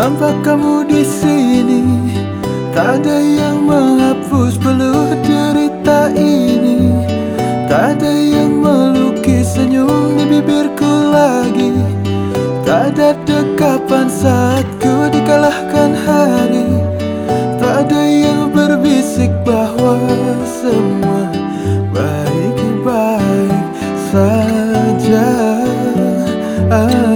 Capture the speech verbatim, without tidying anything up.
Tanpa kamu di sini, tak ada yang menghapus peluh derita ini. Tak ada yang melukis senyum di bibirku lagi. Tak ada dekapan saat ku dikalahkan hari. Tak ada yang berbisik bahwa semua baik-baik saja. Ah.